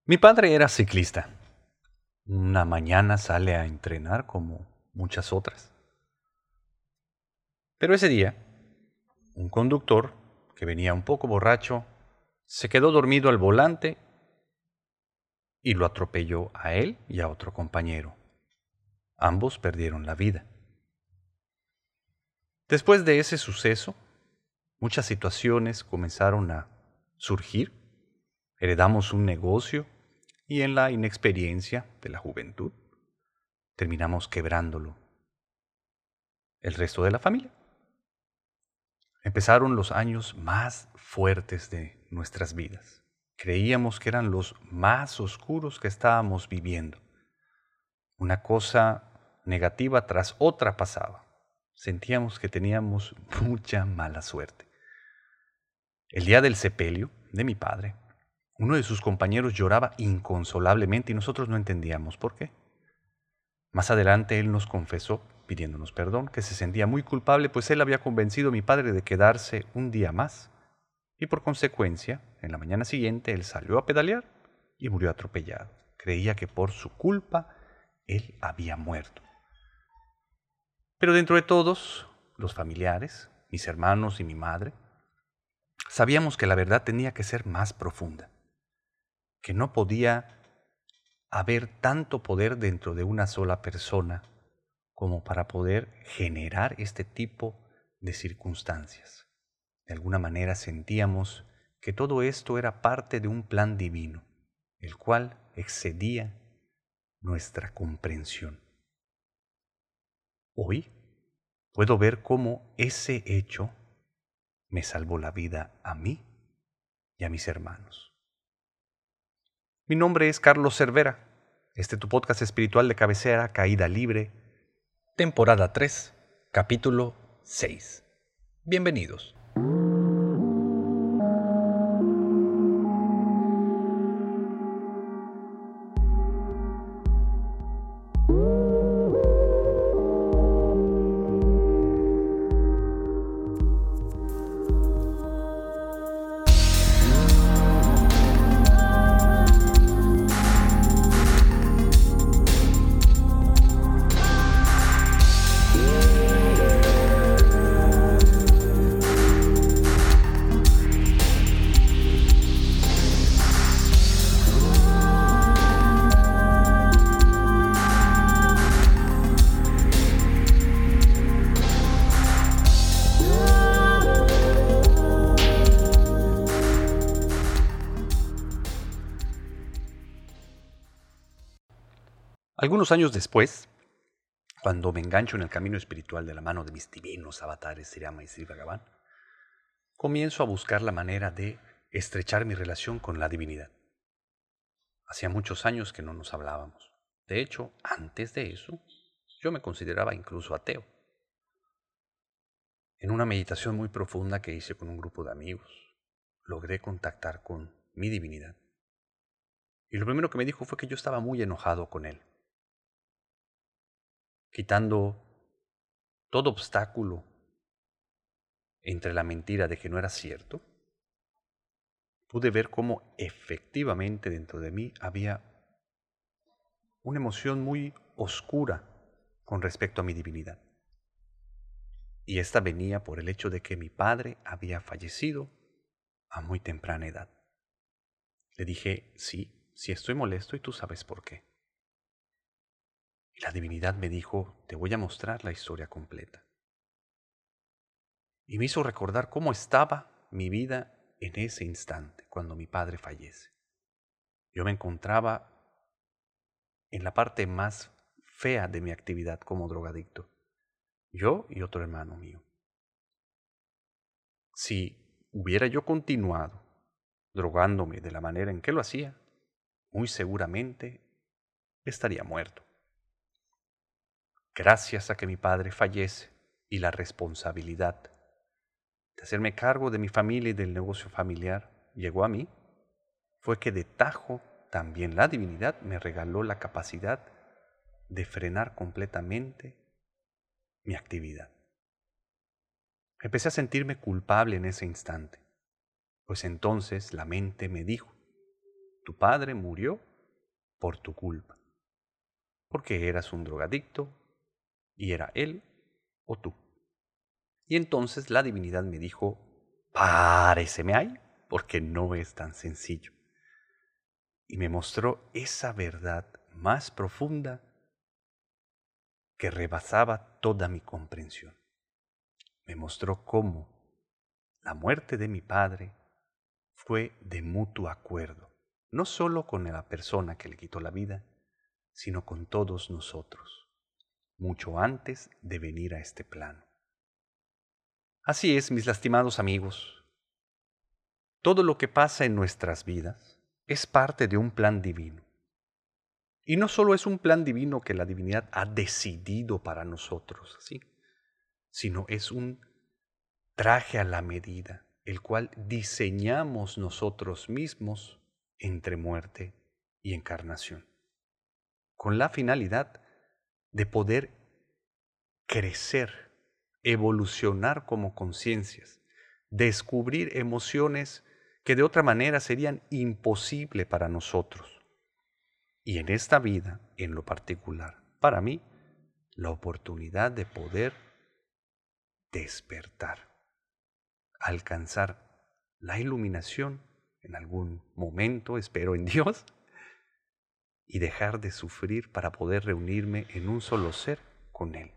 Mi padre era ciclista. Una mañana sale a entrenar como muchas otras. Pero ese día, un conductor, que venía un poco borracho, se quedó dormido al volante y lo atropelló a él y a otro compañero. Ambos perdieron la vida. Después de ese suceso, muchas situaciones comenzaron a surgir. Heredamos un negocio y en la inexperiencia de la juventud terminamos quebrándolo. El resto de la familia. Empezaron los años más fuertes de nuestras vidas. Creíamos que eran los más oscuros que estábamos viviendo. Una cosa negativa tras otra pasaba. Sentíamos que teníamos mucha mala suerte. El día del sepelio de mi padre, uno de sus compañeros lloraba inconsolablemente y nosotros no entendíamos por qué. Más adelante él nos confesó, pidiéndonos perdón, que se sentía muy culpable, pues él había convencido a mi padre de quedarse un día más. Y por consecuencia, en la mañana siguiente él salió a pedalear y murió atropellado. Creía que por su culpa él había muerto. Pero dentro de todos, los familiares, mis hermanos y mi madre, sabíamos que la verdad tenía que ser más profunda, que no podía haber tanto poder dentro de una sola persona como para poder generar este tipo de circunstancias. De alguna manera sentíamos que todo esto era parte de un plan divino, el cual excedía nuestra comprensión. Hoy puedo ver cómo ese hecho me salvó la vida a mí y a mis hermanos. Mi nombre es Carlos Cervera. Este es tu podcast espiritual de cabecera, Caída Libre, temporada 3, capítulo 6. Bienvenidos. Algunos años después, cuando me engancho en el camino espiritual de la mano de mis divinos avatares Sri Rama y Sri Bhagavan, comienzo a buscar la manera de estrechar mi relación con la divinidad. Hacía muchos años que no nos hablábamos. De hecho, antes de eso, yo me consideraba incluso ateo. En una meditación muy profunda que hice con un grupo de amigos, logré contactar con mi divinidad. Y lo primero que me dijo fue que yo estaba muy enojado con él, quitando todo obstáculo entre la mentira de que no era cierto. Pude ver cómo efectivamente dentro de mí había una emoción muy oscura con respecto a mi divinidad. Y esta venía por el hecho de que mi padre había fallecido a muy temprana edad. Le dije, sí estoy molesto y tú sabes por qué. Y la divinidad me dijo, te voy a mostrar la historia completa. Y me hizo recordar cómo estaba mi vida en ese instante, cuando mi padre fallece. Yo me encontraba en la parte más fea de mi actividad como drogadicto. Yo y otro hermano mío. Si hubiera yo continuado drogándome de la manera en que lo hacía, muy seguramente estaría muerto. Gracias a que mi padre fallece y la responsabilidad de hacerme cargo de mi familia y del negocio familiar llegó a mí, fue que de tajo también la divinidad me regaló la capacidad de frenar completamente mi actividad. Empecé a sentirme culpable en ese instante, pues entonces la mente me dijo, Tu padre murió por tu culpa, porque eras un drogadicto y era él o tú. Y entonces la divinidad me dijo, páreseme ahí, porque no es tan sencillo. Y me mostró esa verdad más profunda que rebasaba toda mi comprensión. Me mostró cómo la muerte de mi padre fue de mutuo acuerdo, no solo con la persona que le quitó la vida, sino con todos nosotros, mucho antes de venir a este plano. Así es, mis lastimados amigos, todo lo que pasa en nuestras vidas es parte de un plan divino. Y no solo es un plan divino que la divinidad ha decidido para nosotros, ¿sí?, sino es un traje a la medida, el cual diseñamos nosotros mismos entre muerte y encarnación, con la finalidad de poder crecer, evolucionar como conciencias, descubrir emociones que de otra manera serían imposibles para nosotros. Y en esta vida, en lo particular, para mí, la oportunidad de poder despertar, alcanzar la iluminación en algún momento, espero en Dios, y dejar de sufrir para poder reunirme en un solo ser con Él.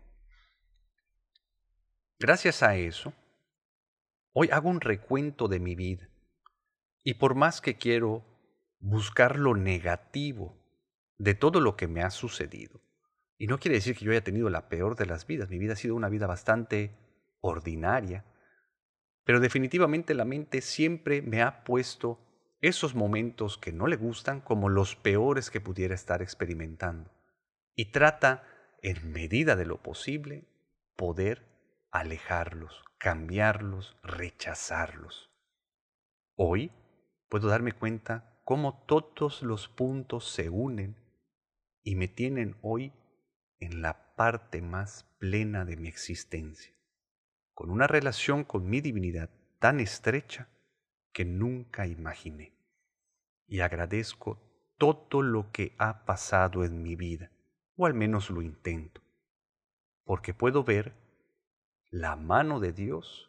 Gracias a eso, hoy hago un recuento de mi vida y por más que quiero buscar lo negativo de todo lo que me ha sucedido, y no quiere decir que yo haya tenido la peor de las vidas, mi vida ha sido una vida bastante ordinaria, pero definitivamente la mente siempre me ha puesto esos momentos que no le gustan como los peores que pudiera estar experimentando. Y trata, en medida de lo posible, poder alejarlos, cambiarlos, rechazarlos. Hoy puedo darme cuenta cómo todos los puntos se unen y me tienen hoy en la parte más plena de mi existencia, con una relación con mi divinidad tan estrecha que nunca imaginé. Y agradezco todo lo que ha pasado en mi vida, o al menos lo intento, porque puedo ver la mano de Dios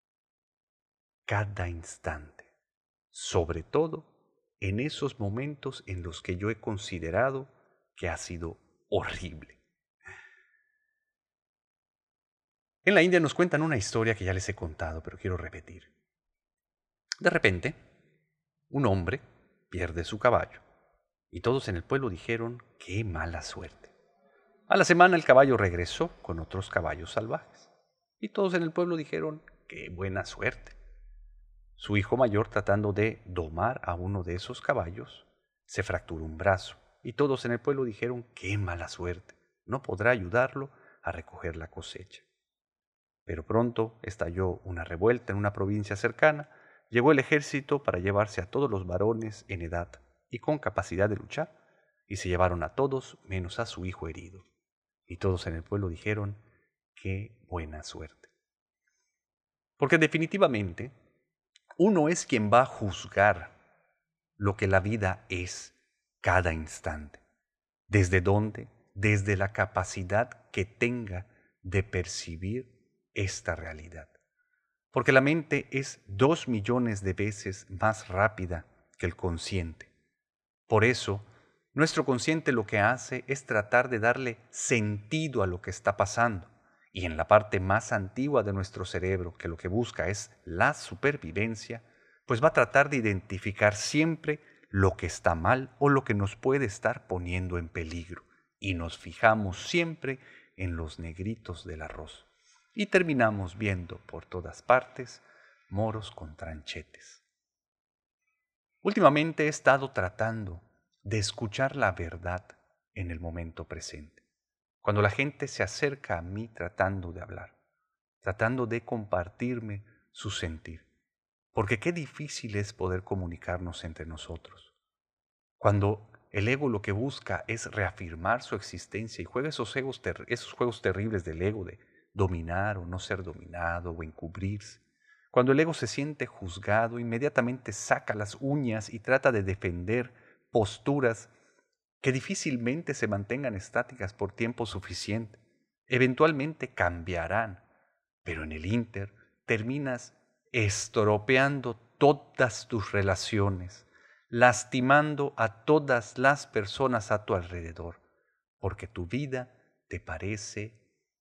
cada instante, sobre todo en esos momentos en los que yo he considerado que ha sido horrible. En la India nos cuentan una historia que ya les he contado, pero quiero repetir. De repente, un hombre pierde su caballo y todos en el pueblo dijeron, ¡qué mala suerte! A la semana el caballo regresó con otros caballos salvajes y todos en el pueblo dijeron, ¡qué buena suerte! Su hijo mayor, tratando de domar a uno de esos caballos, se fracturó un brazo y todos en el pueblo dijeron, ¡qué mala suerte! No podrá ayudarlo a recoger la cosecha. Pero pronto estalló una revuelta en una provincia cercana, llegó el ejército para llevarse a todos los varones en edad y con capacidad de luchar, y se llevaron a todos menos a su hijo herido. Y todos en el pueblo dijeron, ¡qué buena suerte! Porque definitivamente uno es quien va a juzgar lo que la vida es cada instante. ¿Desde dónde? Desde la capacidad que tenga de percibir esta realidad. Porque la mente es 2 millones de veces más rápida que el consciente. Por eso, nuestro consciente lo que hace es tratar de darle sentido a lo que está pasando. Y en la parte más antigua de nuestro cerebro, que lo que busca es la supervivencia, pues va a tratar de identificar siempre lo que está mal o lo que nos puede estar poniendo en peligro. Y nos fijamos siempre en los negritos del arroz. Y terminamos viendo por todas partes moros con tranchetes. Últimamente he estado tratando de escuchar la verdad en el momento presente. Cuando la gente se acerca a mí tratando de hablar, tratando de compartirme su sentir. Porque qué difícil es poder comunicarnos entre nosotros. Cuando el ego lo que busca es reafirmar su existencia y juega esos juegos terribles del ego de dominar o no ser dominado o encubrirse. Cuando el ego se siente juzgado, inmediatamente saca las uñas y trata de defender posturas que difícilmente se mantengan estáticas por tiempo suficiente. Eventualmente cambiarán, pero en el ínter terminas estropeando todas tus relaciones, lastimando a todas las personas a tu alrededor, porque tu vida te parece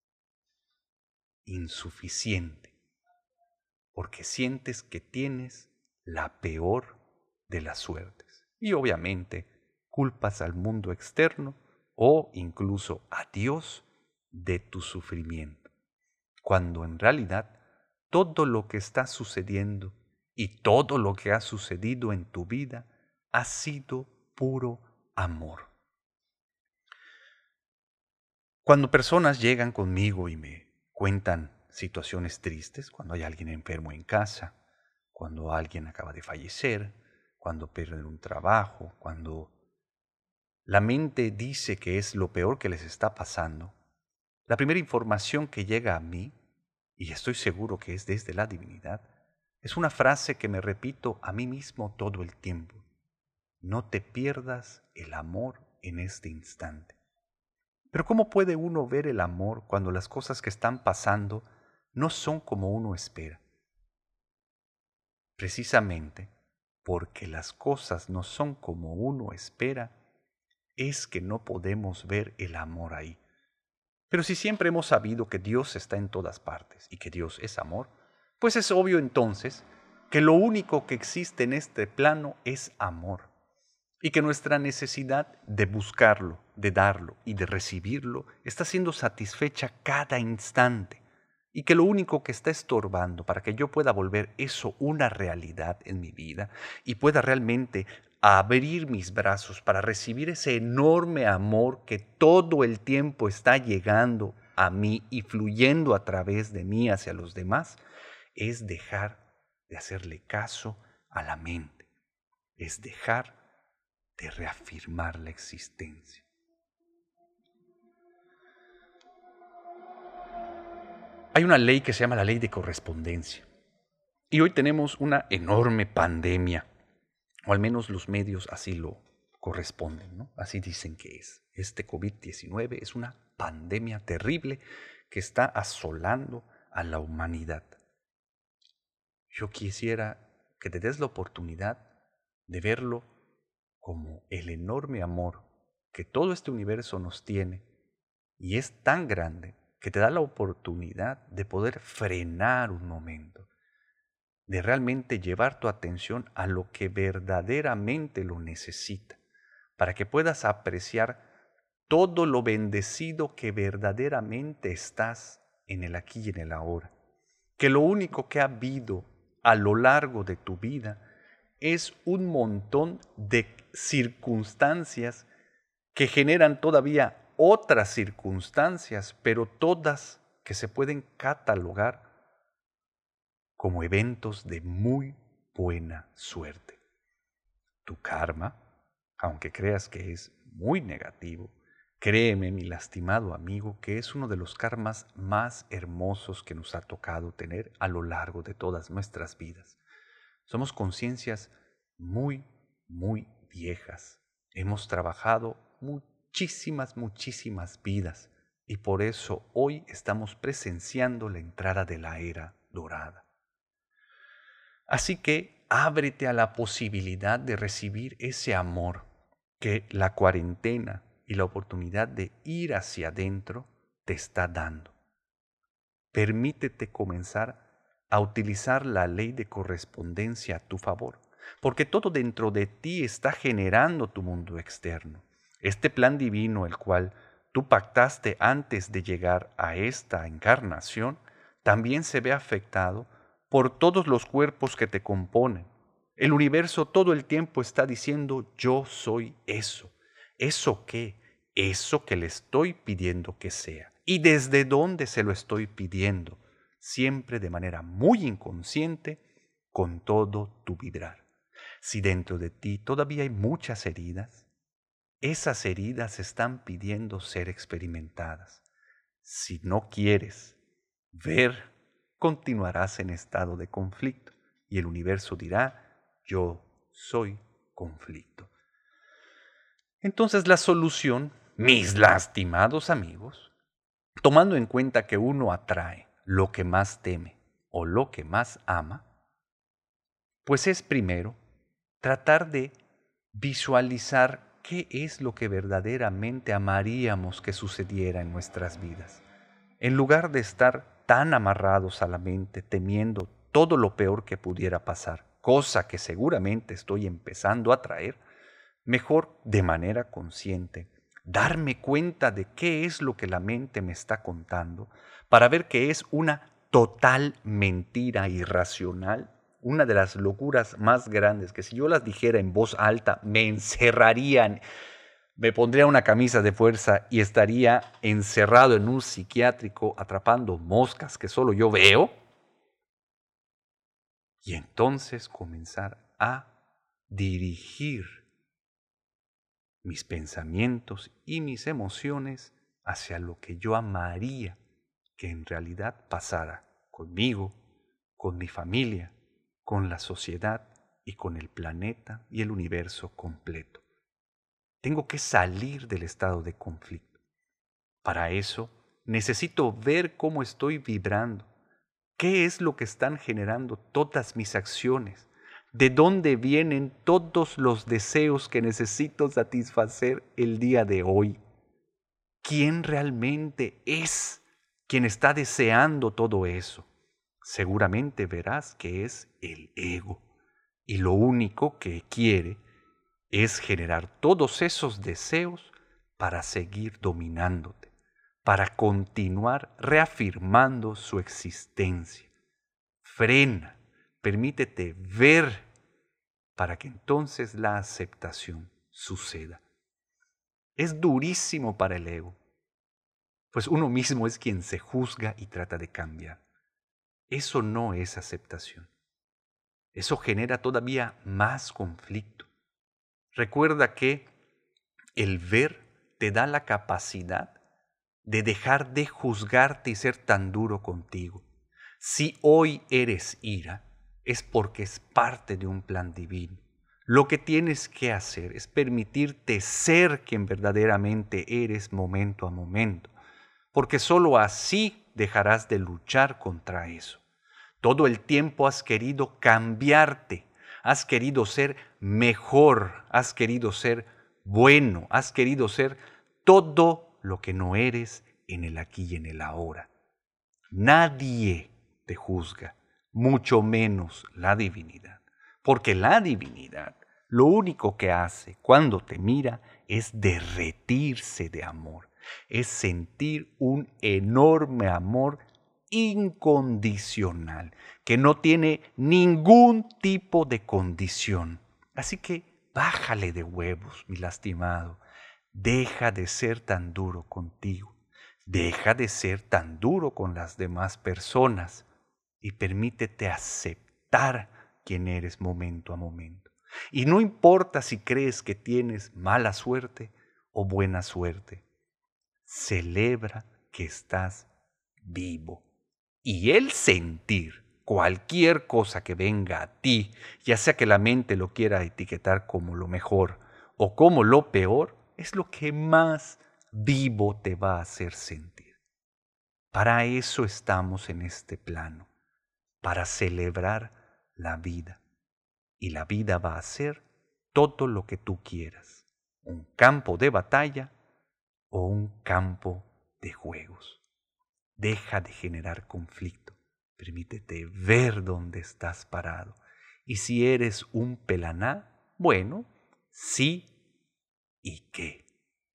insuficiente, porque sientes que tienes la peor de las suertes. Y obviamente culpas al mundo externo o incluso a Dios de tu sufrimiento, cuando en realidad todo lo que está sucediendo y todo lo que ha sucedido en tu vida ha sido puro amor. Cuando personas llegan conmigo y me cuentan situaciones tristes, cuando hay alguien enfermo en casa, cuando alguien acaba de fallecer, cuando pierden un trabajo, cuando la mente dice que es lo peor que les está pasando, la primera información que llega a mí, y estoy seguro que es desde la divinidad, es una frase que me repito a mí mismo todo el tiempo. No te pierdas el amor en este instante. Pero ¿cómo puede uno ver el amor cuando las cosas que están pasando no son como uno espera? Precisamente porque las cosas no son como uno espera, es que no podemos ver el amor ahí. Pero si siempre hemos sabido que Dios está en todas partes y que Dios es amor, pues es obvio entonces que lo único que existe en este plano es amor. Y que nuestra necesidad de buscarlo, de darlo y de recibirlo está siendo satisfecha cada instante. Y que lo único que está estorbando para que yo pueda volver eso una realidad en mi vida y pueda realmente abrir mis brazos para recibir ese enorme amor que todo el tiempo está llegando a mí y fluyendo a través de mí hacia los demás, es dejar de hacerle caso a la mente, es dejar de reafirmar la existencia. Hay una ley que se llama la ley de correspondencia. Y hoy tenemos una enorme pandemia, o al menos los medios así lo corresponden, ¿no? Así dicen que es. Este COVID-19 es una pandemia terrible que está asolando a la humanidad. Yo quisiera que te des la oportunidad de verlo como el enorme amor que todo este universo nos tiene y es tan grande que te da la oportunidad de poder frenar un momento, de realmente llevar tu atención a lo que verdaderamente lo necesita, para que puedas apreciar todo lo bendecido que verdaderamente estás en el aquí y en el ahora. Que lo único que ha habido a lo largo de tu vida es un montón de circunstancias que generan todavía otras circunstancias, pero todas que se pueden catalogar como eventos de muy buena suerte. Tu karma, aunque creas que es muy negativo, créeme, mi lastimado amigo, que es uno de los karmas más hermosos que nos ha tocado tener a lo largo de todas nuestras vidas. Somos conciencias muy, muy viejas. Hemos trabajado muchísimas vidas y por eso hoy estamos presenciando la entrada de la era dorada. Así que ábrete a la posibilidad de recibir ese amor que la cuarentena y la oportunidad de ir hacia adentro te está dando. Permítete comenzar a utilizar la ley de correspondencia a tu favor, porque todo dentro de ti está generando tu mundo externo. Este plan divino, el cual tú pactaste antes de llegar a esta encarnación, también se ve afectado por todos los cuerpos que te componen. El universo todo el tiempo está diciendo, yo soy eso. ¿Eso qué? Eso que le estoy pidiendo que sea. ¿Y desde dónde se lo estoy pidiendo? Siempre de manera muy inconsciente, con todo tu vibrar. Si dentro de ti todavía hay muchas heridas, esas heridas están pidiendo ser experimentadas. Si no quieres ver, continuarás en estado de conflicto y el universo dirá, yo soy conflicto. Entonces la solución, mis lastimados amigos, tomando en cuenta que uno atrae lo que más teme o lo que más ama, pues es primero tratar de visualizar qué es lo que verdaderamente amaríamos que sucediera en nuestras vidas. En lugar de estar tan amarrados a la mente, temiendo todo lo peor que pudiera pasar, cosa que seguramente estoy empezando a traer, mejor de manera consciente darme cuenta de qué es lo que la mente me está contando para ver que es una total mentira irracional, una de las locuras más grandes que si yo las dijera en voz alta me encerrarían, me pondría una camisa de fuerza y estaría encerrado en un psiquiátrico atrapando moscas que solo yo veo, y entonces comenzar a dirigir mis pensamientos y mis emociones hacia lo que yo amaría que en realidad pasara conmigo, con mi familia, con la sociedad y con el planeta y el universo completo. Tengo que salir del estado de conflicto. Para eso necesito ver cómo estoy vibrando, qué es lo que están generando todas mis acciones, de dónde vienen todos los deseos que necesito satisfacer el día de hoy. ¿Quién realmente es quien está deseando todo eso? Seguramente verás que es el ego. Y lo único que quiere es generar todos esos deseos para seguir dominándote, para continuar reafirmando su existencia. Frena, permítete ver para que entonces la aceptación suceda. Es durísimo para el ego, pues uno mismo es quien se juzga y trata de cambiar. Eso no es aceptación. Eso genera todavía más conflicto. Recuerda que el ver te da la capacidad de dejar de juzgarte y ser tan duro contigo. Si hoy eres ira, es porque es parte de un plan divino. Lo que tienes que hacer es permitirte ser quien verdaderamente eres momento a momento, porque sólo así dejarás de luchar contra eso. Todo el tiempo has querido cambiarte, has querido ser mejor, has querido ser bueno, has querido ser todo lo que no eres en el aquí y en el ahora. Nadie te juzga, mucho menos la divinidad, porque la divinidad lo único que hace cuando te mira es derretirse de amor, es sentir un enorme amor incondicional, que no tiene ningún tipo de condición. Así que bájale de huevos, mi lastimado. Deja de ser tan duro contigo. Deja de ser tan duro con las demás personas y permítete aceptar quién eres momento a momento. Y no importa si crees que tienes mala suerte o buena suerte, celebra que estás vivo. Y el sentir cualquier cosa que venga a ti, ya sea que la mente lo quiera etiquetar como lo mejor o como lo peor, es lo que más vivo te va a hacer sentir. Para eso estamos en este plano, para celebrar la vida. Y la vida va a ser todo lo que tú quieras, un campo de batalla o un campo de juegos. Deja de generar conflicto. Permítete ver dónde estás parado. Y si eres un pelaná, bueno, sí y qué.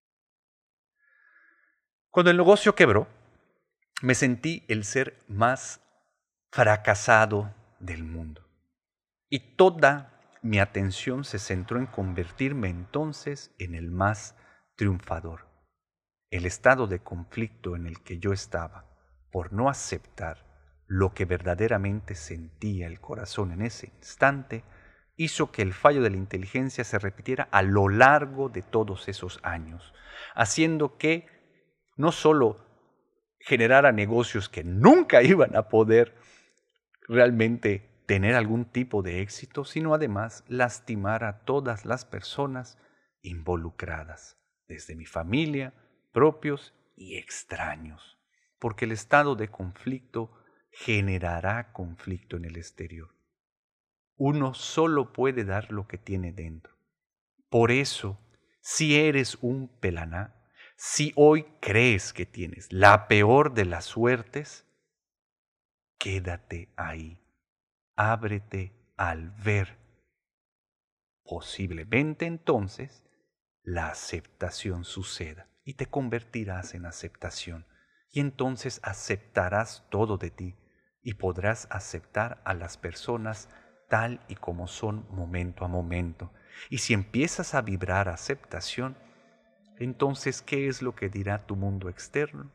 Cuando el negocio quebró, me sentí el ser más fracasado del mundo. Y toda mi atención se centró en convertirme entonces en el más triunfador. El estado de conflicto en el que yo estaba, por no aceptar lo que verdaderamente sentía el corazón en ese instante, hizo que el fallo de la inteligencia se repitiera a lo largo de todos esos años, haciendo que no solo generara negocios que nunca iban a poder realmente tener algún tipo de éxito, sino además lastimar a todas las personas involucradas, desde mi familia, propios y extraños, porque el estado de conflicto generará conflicto en el exterior. Uno solo puede dar lo que tiene dentro. Por eso, si eres un pelaná, si hoy crees que tienes la peor de las suertes, quédate ahí. Ábrete al ver. Posiblemente entonces la aceptación suceda y te convertirás en aceptación. Y entonces aceptarás todo de ti y podrás aceptar a las personas tal y como son momento a momento. Y si empiezas a vibrar aceptación, entonces, ¿qué es lo que dirá tu mundo externo?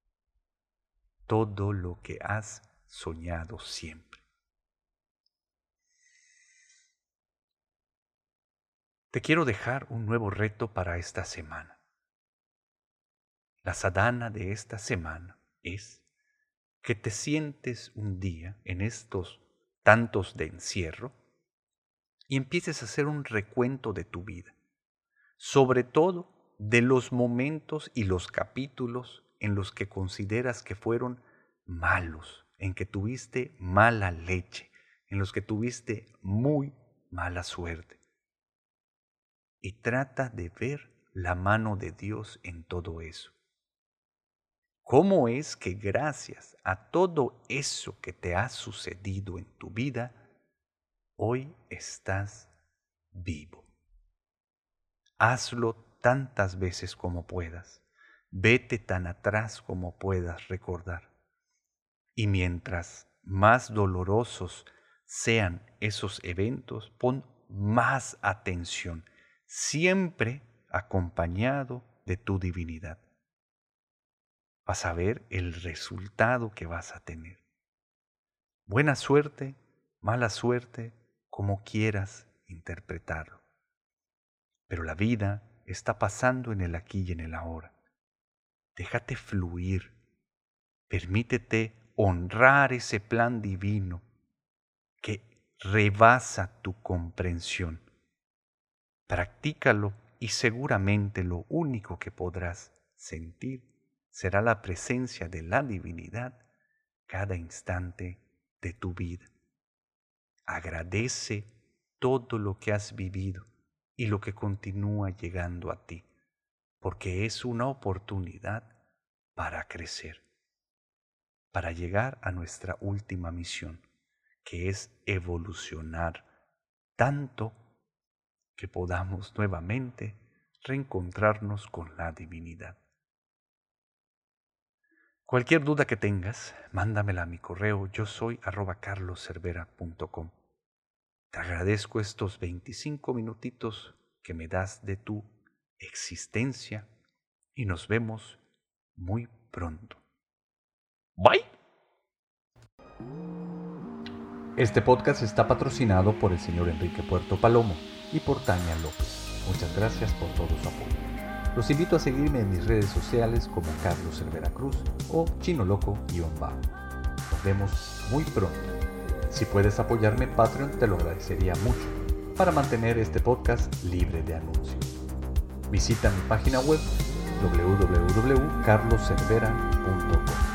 Todo lo que has soñado siempre. Te quiero dejar un nuevo reto para esta semana. La sadhana de esta semana es que te sientes un día en estos tantos de encierro y empieces a hacer un recuento de tu vida, sobre todo de los momentos y los capítulos en los que consideras que fueron malos, en que tuviste mala leche, en los que tuviste muy mala suerte. Y trata de ver la mano de Dios en todo eso. ¿Cómo es que gracias a todo eso que te ha sucedido en tu vida, hoy estás vivo? Hazlo tantas veces como puedas. Vete tan atrás como puedas recordar. Y mientras más dolorosos sean esos eventos, pon más atención, siempre acompañado de tu divinidad. Vas a ver el resultado que vas a tener. Buena suerte, mala suerte, como quieras interpretarlo. Pero la vida está pasando en el aquí y en el ahora. Déjate fluir. Permítete honrar ese plan divino que rebasa tu comprensión. Practícalo y seguramente lo único que podrás sentir será la presencia de la divinidad cada instante de tu vida. Agradece todo lo que has vivido y lo que continúa llegando a ti, porque es una oportunidad para crecer, para llegar a nuestra última misión, que es evolucionar tanto que podamos nuevamente reencontrarnos con la divinidad. Cualquier duda que tengas, mándamela a mi correo yosoy@carloscervera.com. Te agradezco estos 25 minutitos que me das de tu existencia y nos vemos muy pronto. Bye. Este podcast está patrocinado por el señor Enrique Puerto Palomo y por Tania López. Muchas gracias por todo su apoyo. Los invito a seguirme en mis redes sociales como Carlos Cervera Cruz o chinoloco_bajo. Nos vemos muy pronto. Si puedes apoyarme en Patreon, te lo agradecería mucho para mantener este podcast libre de anuncios. Visita mi página web www.carloscervera.com.